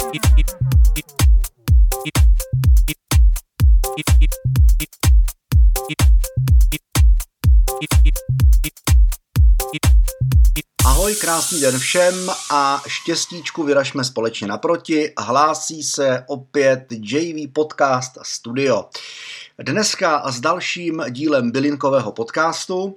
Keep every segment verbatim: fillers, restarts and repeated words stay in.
Ahoj, krásný den všem a štěstíčku vyražme společně naproti. Hlásí se opět J V Podcast Studio. Dneska s dalším dílem bylinkového podcastu.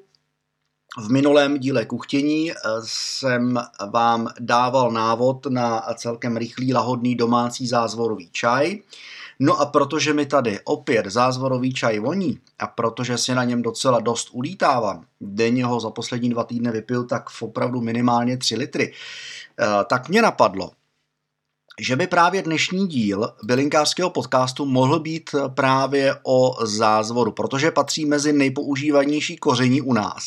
V minulém díle kuchtění jsem vám dával návod na celkem rychlý, lahodný domácí zázvorový čaj. No a protože mi tady opět zázvorový čaj voní a protože si na něm docela dost ulítávám, denně ho za poslední dva týdny vypil tak v opravdu minimálně tři litry, tak mě napadlo, že by právě dnešní díl bylinkářského podcastu mohl být právě o zázvoru, protože patří mezi nejpoužívanější koření u nás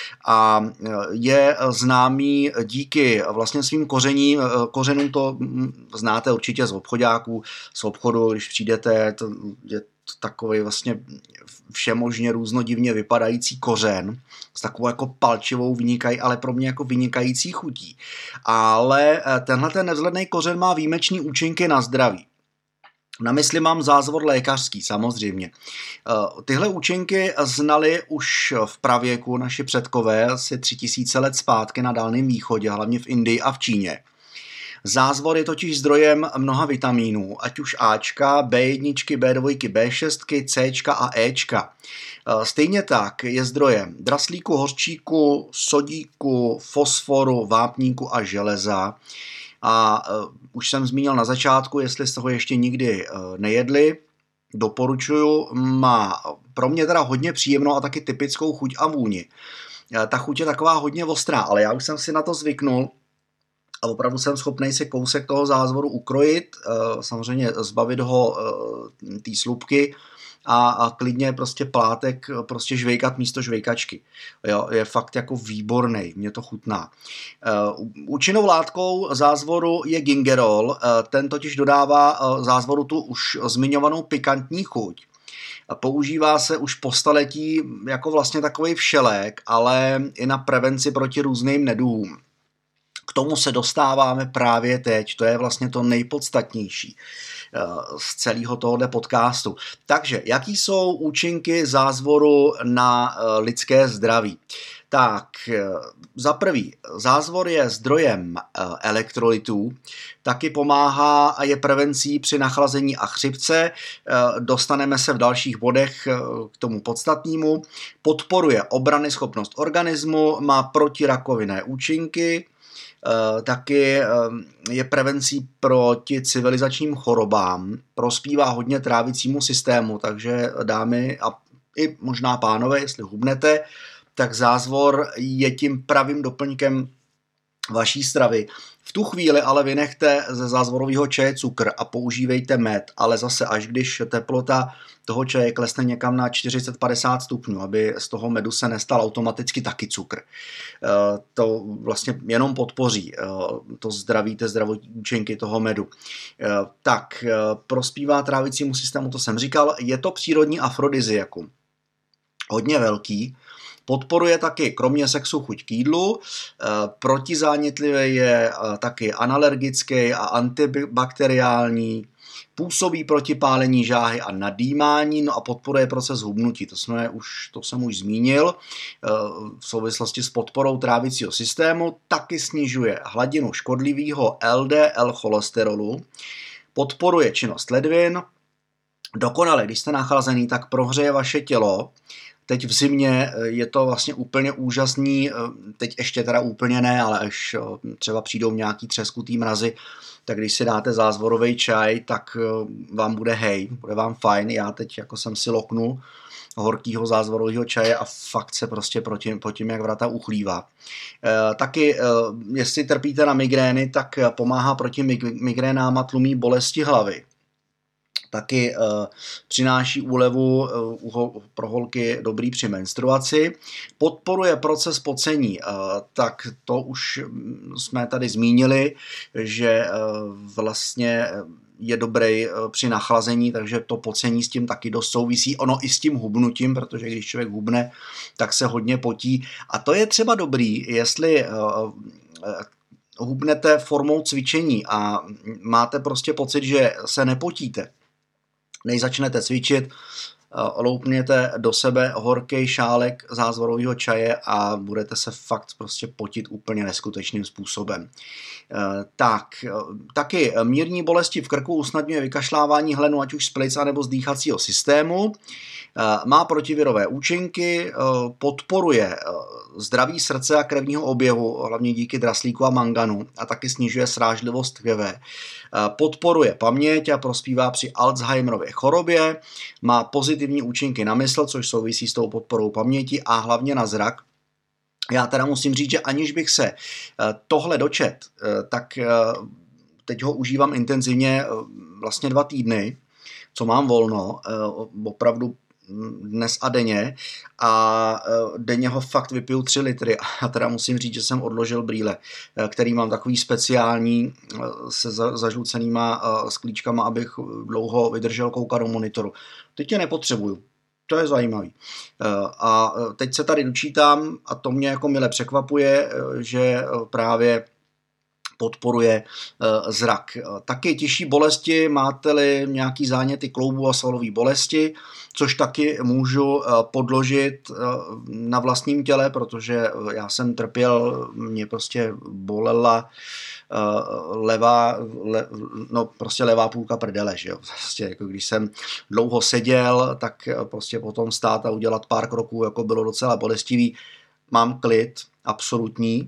a je známý díky vlastně svým kořením, kořenům, to znáte určitě z obchodáků, z obchodu, když přijdete, to je takový vlastně všemožně různodivně vypadající kořen s takovou jako palčivou vynikají, ale pro mě jako vynikající chutí. Ale tenhle ten nevzhledný kořen má výjimečný účinky na zdraví. Na mysli mám zázvor lékařský, samozřejmě. Tyhle účinky znali už v pravěku naši předkové asi tři tisíce let zpátky na Dálném východě, hlavně v Indii a v Číně. Zázvor je totiž zdrojem mnoha vitamínů, ať už Ačka, bé jedna, bé dva, bé šest, Cčka a Ečka. Stejně tak je zdrojem draslíku, hořčíku, sodíku, fosforu, vápníku a železa. A už jsem zmínil na začátku, jestli z toho ještě nikdy nejedli, doporučuju, má pro mě teda hodně příjemnou a taky typickou chuť a vůni. Ta chuť je taková hodně ostrá, ale já už jsem si na to zvyknul. A opravdu jsem schopný si kousek toho zázvoru ukrojit, samozřejmě zbavit ho té slupky a, a klidně prostě plátek prostě žvejkat místo žvejkačky. Jo, je fakt jako výborný, mě to chutná. Účinnou látkou zázvoru je gingerol, ten totiž dodává zázvoru tu už zmiňovanou pikantní chuť. Používá se už po staletí jako vlastně takový všelék, ale i na prevenci proti různým neduhům. K tomu se dostáváme právě teď, to je vlastně to nejpodstatnější z celého tohoto podcastu. Takže, jaký jsou účinky zázvoru na lidské zdraví? Tak, za prvý, zázvor je zdrojem elektrolytů, taky pomáhá a je prevencí při nachlazení a chřipce, dostaneme se v dalších bodech k tomu podstatnému, podporuje obranyschopnost organismu, má protirakovinné účinky, taky je prevencí proti civilizačním chorobám, prospívá hodně trávicímu systému, takže dámy a i možná pánové, jestli hubnete, tak zázvor je tím pravým doplňkem vaší stravy. V tu chvíli ale vynechte ze zázvorového čaje cukr a používejte med, ale zase až když teplota toho čaje klesne někam na čtyřicet padesát stupňů, aby z toho medu se nestal automaticky taky cukr. To vlastně jenom podpoří to zdraví, ty zdravotní účinky toho medu. Tak, prospívá trávicímu systému, to jsem říkal, je to přírodní afrodiziakum. Hodně velký. Podporuje taky kromě sexu chuť k jídlu, protizánětlivý je taky analergický a antibakteriální, působí proti pálení žáhy a nadýmání, no a podporuje proces hubnutí. To, jsme už, to jsem už zmínil v souvislosti s podporou trávicího systému, taky snižuje hladinu škodlivého el dé el cholesterolu, podporuje činnost ledvin, dokonale, když jste nachlazený, tak prohřeje vaše tělo. Teď v zimě je to vlastně úplně úžasný, teď ještě teda úplně ne, ale až třeba přijdou nějaký třeskutý mrazy, tak když si dáte zázvorový čaj, tak vám bude hej, bude vám fajn. Já teď jako jsem si loknul horkýho zázvorového čaje a fakt se prostě proti, po tím, jak vrata uchlívá. E, taky, e, jestli trpíte na migrény, tak pomáhá proti migrénám a tlumí bolesti hlavy. Taky uh, přináší úlevu uh, pro holky dobrý při menstruaci. Podporuje proces pocení. Uh, tak to už jsme tady zmínili, že uh, vlastně je dobrý uh, při nachlazení, takže to pocení s tím taky dost souvisí. Ono i s tím hubnutím, protože když člověk hubne, tak se hodně potí. A to je třeba dobrý, jestli uh, hubnete formou cvičení a máte prostě pocit, že se nepotíte, než začnete cvičit, loupněte do sebe horký šálek zázvorového čaje a budete se fakt prostě potit úplně neskutečným způsobem. Tak, taky mírní bolesti v krku usnadňuje vykašlávání hlenu, ať už z plic nebo z dýchacího systému. Má protivirové účinky, podporuje zdraví srdce a krevního oběhu, hlavně díky draslíku a manganu, a taky snižuje srážlivost krve. Podporuje paměť a prospívá při Alzheimerově chorobě, má pozitivní účinky na mysl, což souvisí s tou podporou paměti a hlavně na zrak. Já teda musím říct, že aniž bych se tohle dočet, tak teď ho užívám intenzivně vlastně dva týdny, co mám volno, opravdu dnes a denně, a denně ho fakt vypiju tři litry a teda musím říct, že jsem odložil brýle, který mám takový speciální se zažlucenýma sklíčkama, abych dlouho vydržel koukat do monitoru. Teď je nepotřebuju. To je zajímavý. A teď se tady dočítám a to mě jako mile překvapuje, že právě podporuje zrak. Taky těžší bolesti, máte-li nějaký záněty kloubů a svalové bolesti, což taky můžu podložit na vlastním těle, protože já jsem trpěl, mě prostě bolela levá, le, no prostě levá půlka prdele, že jo. Prostě jako když jsem dlouho seděl, tak prostě potom stát a udělat pár kroků jako bylo docela bolestivý. Mám klid, absolutní.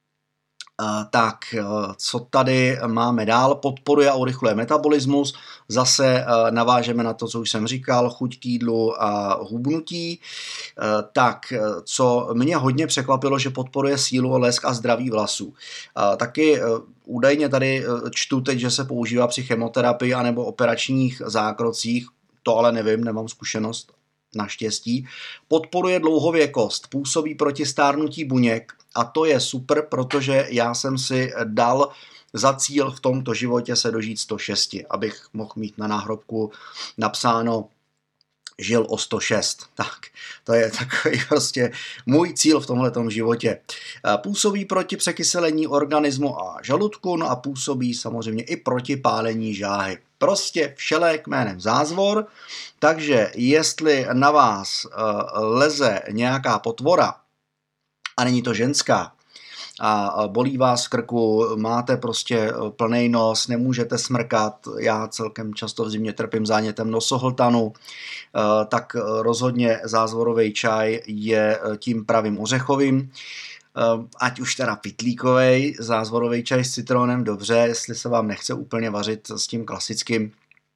Tak, co tady máme dál? Podporuje a urychluje metabolismus. Zase navážeme na to, co už jsem říkal, chuť k jídlu a hubnutí. Tak, co mě hodně překvapilo, že podporuje sílu, lesk a zdraví vlasů. Taky údajně tady čtu teď, že se používá při chemoterapii anebo operačních zákrocích. To ale nevím, nemám zkušenost. Naštěstí. Podporuje dlouhověkost, působí proti stárnutí buněk a to je super, protože já jsem si dal za cíl v tomto životě se dožít sto šest, abych mohl mít na náhrobku napsáno žil o sto šest. Tak, to je takový prostě můj cíl v tomhletom životě. Působí proti překyselení organismu a žaludku, no a působí samozřejmě i proti pálení žáhy. Prostě všelék jménem zázvor, takže jestli na vás leze nějaká potvora, a není to ženská, a bolí vás v krku, máte prostě plnej nos, nemůžete smrkat, já celkem často v zimě trpím zánětem nosohltanu, tak rozhodně zázvorový čaj je tím pravým ořechovým, ať už teda pitlíkovej, zázvorový čaj s citronem, dobře, jestli se vám nechce úplně vařit s tím klasickým,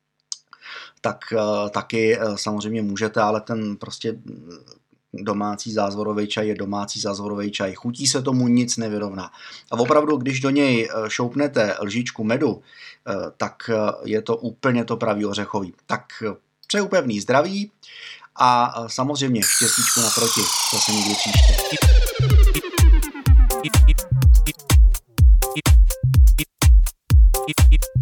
tak taky samozřejmě můžete, ale ten prostě domácí zázvorový čaj je domácí zázvorový čaj. Chutí se tomu nic nevyrovná. A opravdu, když do něj šoupnete lžičku medu, tak je to úplně to pravý ořechový. Tak přeju pevný zdraví a samozřejmě štěstíčku naproti. Zase někdy příště.